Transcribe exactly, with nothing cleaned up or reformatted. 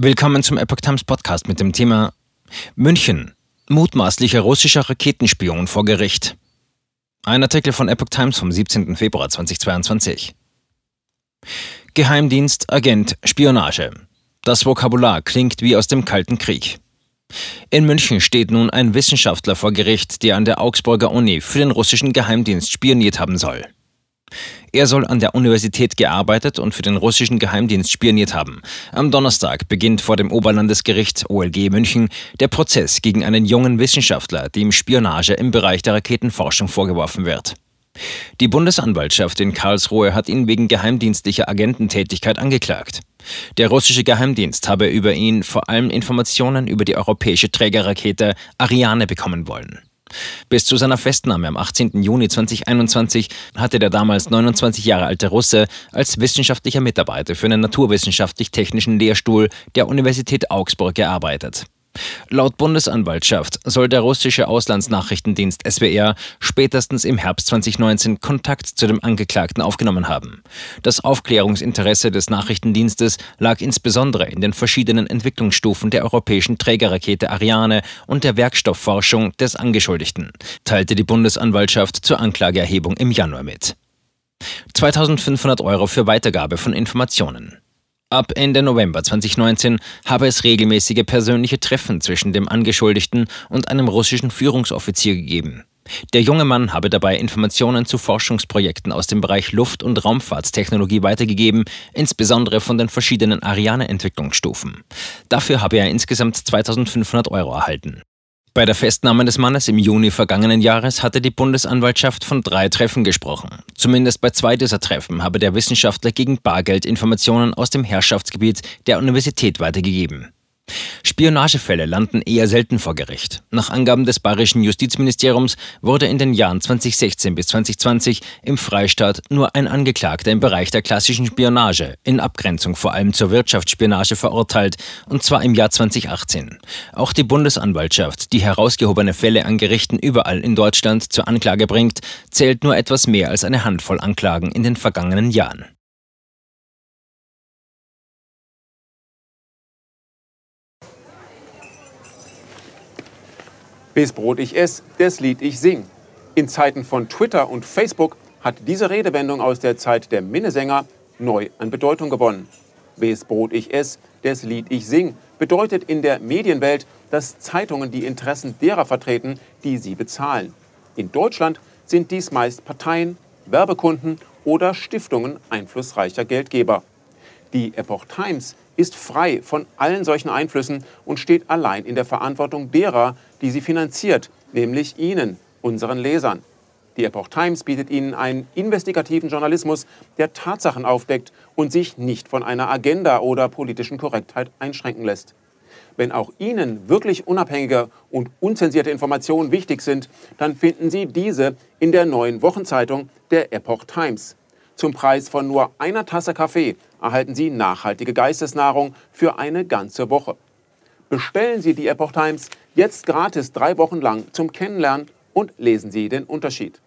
Willkommen zum Epoch Times Podcast mit dem Thema München. Mutmaßlicher russischer Raketenspion vor Gericht. Ein Artikel von Epoch Times vom siebzehnten Februar zweitausendzweiundzwanzig. Geheimdienst, Agent, Spionage. Das Vokabular klingt wie aus dem Kalten Krieg. In München steht nun ein Wissenschaftler vor Gericht, der an der Augsburger Uni für den russischen Geheimdienst spioniert haben soll. Er soll an der Universität gearbeitet und für den russischen Geheimdienst spioniert haben. Am Donnerstag beginnt vor dem Oberlandesgericht O L G München der Prozess gegen einen jungen Wissenschaftler, dem Spionage im Bereich der Raketenforschung vorgeworfen wird. Die Bundesanwaltschaft in Karlsruhe hat ihn wegen geheimdienstlicher Agententätigkeit angeklagt. Der russische Geheimdienst habe über ihn vor allem Informationen über die europäische Trägerrakete Ariane bekommen wollen. Bis zu seiner Festnahme am achtzehnten Juni zweitausendeinundzwanzig hatte der damals neunundzwanzig Jahre alte Russe als wissenschaftlicher Mitarbeiter für einen naturwissenschaftlich-technischen Lehrstuhl der Universität Augsburg gearbeitet. Laut Bundesanwaltschaft soll der russische Auslandsnachrichtendienst S W R spätestens im Herbst zweitausendneunzehn Kontakt zu dem Angeklagten aufgenommen haben. Das Aufklärungsinteresse des Nachrichtendienstes lag insbesondere in den verschiedenen Entwicklungsstufen der europäischen Trägerrakete Ariane und der Werkstoffforschung des Angeschuldigten, teilte die Bundesanwaltschaft zur Anklageerhebung im Januar mit. zweitausendfünfhundert Euro für Weitergabe von Informationen. Ab Ende November zweitausendneunzehn habe es regelmäßige persönliche Treffen zwischen dem Angeschuldigten und einem russischen Führungsoffizier gegeben. Der junge Mann habe dabei Informationen zu Forschungsprojekten aus dem Bereich Luft- und Raumfahrtstechnologie weitergegeben, insbesondere von den verschiedenen Ariane-Entwicklungsstufen. Dafür habe er insgesamt zweitausendfünfhundert Euro erhalten. Bei der Festnahme des Mannes im Juni vergangenen Jahres hatte die Bundesanwaltschaft von drei Treffen gesprochen. Zumindest bei zwei dieser Treffen habe der Wissenschaftler gegen Bargeld Informationen aus dem Herrschaftsgebiet der Universität weitergegeben. Spionagefälle landen eher selten vor Gericht. Nach Angaben des bayerischen Justizministeriums wurde in den Jahren zweitausendsechzehn bis zweitausendzwanzig im Freistaat nur ein Angeklagter im Bereich der klassischen Spionage, in Abgrenzung vor allem zur Wirtschaftsspionage, verurteilt, und zwar im Jahr zweitausendachtzehn. Auch die Bundesanwaltschaft, die herausgehobene Fälle an Gerichten überall in Deutschland zur Anklage bringt, zählt nur etwas mehr als eine Handvoll Anklagen in den vergangenen Jahren. Bis Brot ich ess, des Lied ich sing. In Zeiten von Twitter und Facebook hat diese Redewendung aus der Zeit der Minnesänger neu an Bedeutung gewonnen. Bis Brot ich ess, des Lied ich sing bedeutet in der Medienwelt, dass Zeitungen die Interessen derer vertreten, die sie bezahlen. In Deutschland sind dies meist Parteien, Werbekunden oder Stiftungen einflussreicher Geldgeber. Die Epoch Times ist frei von allen solchen Einflüssen und steht allein in der Verantwortung derer, die sie finanziert, nämlich Ihnen, unseren Lesern. Die Epoch Times bietet Ihnen einen investigativen Journalismus, der Tatsachen aufdeckt und sich nicht von einer Agenda oder politischen Korrektheit einschränken lässt. Wenn auch Ihnen wirklich unabhängige und unzensierte Informationen wichtig sind, dann finden Sie diese in der neuen Wochenzeitung der Epoch Times. Zum Preis von nur einer Tasse Kaffee erhalten Sie nachhaltige Geistesnahrung für eine ganze Woche. Bestellen Sie die Epoch Times jetzt gratis drei Wochen lang zum Kennenlernen und lesen Sie den Unterschied.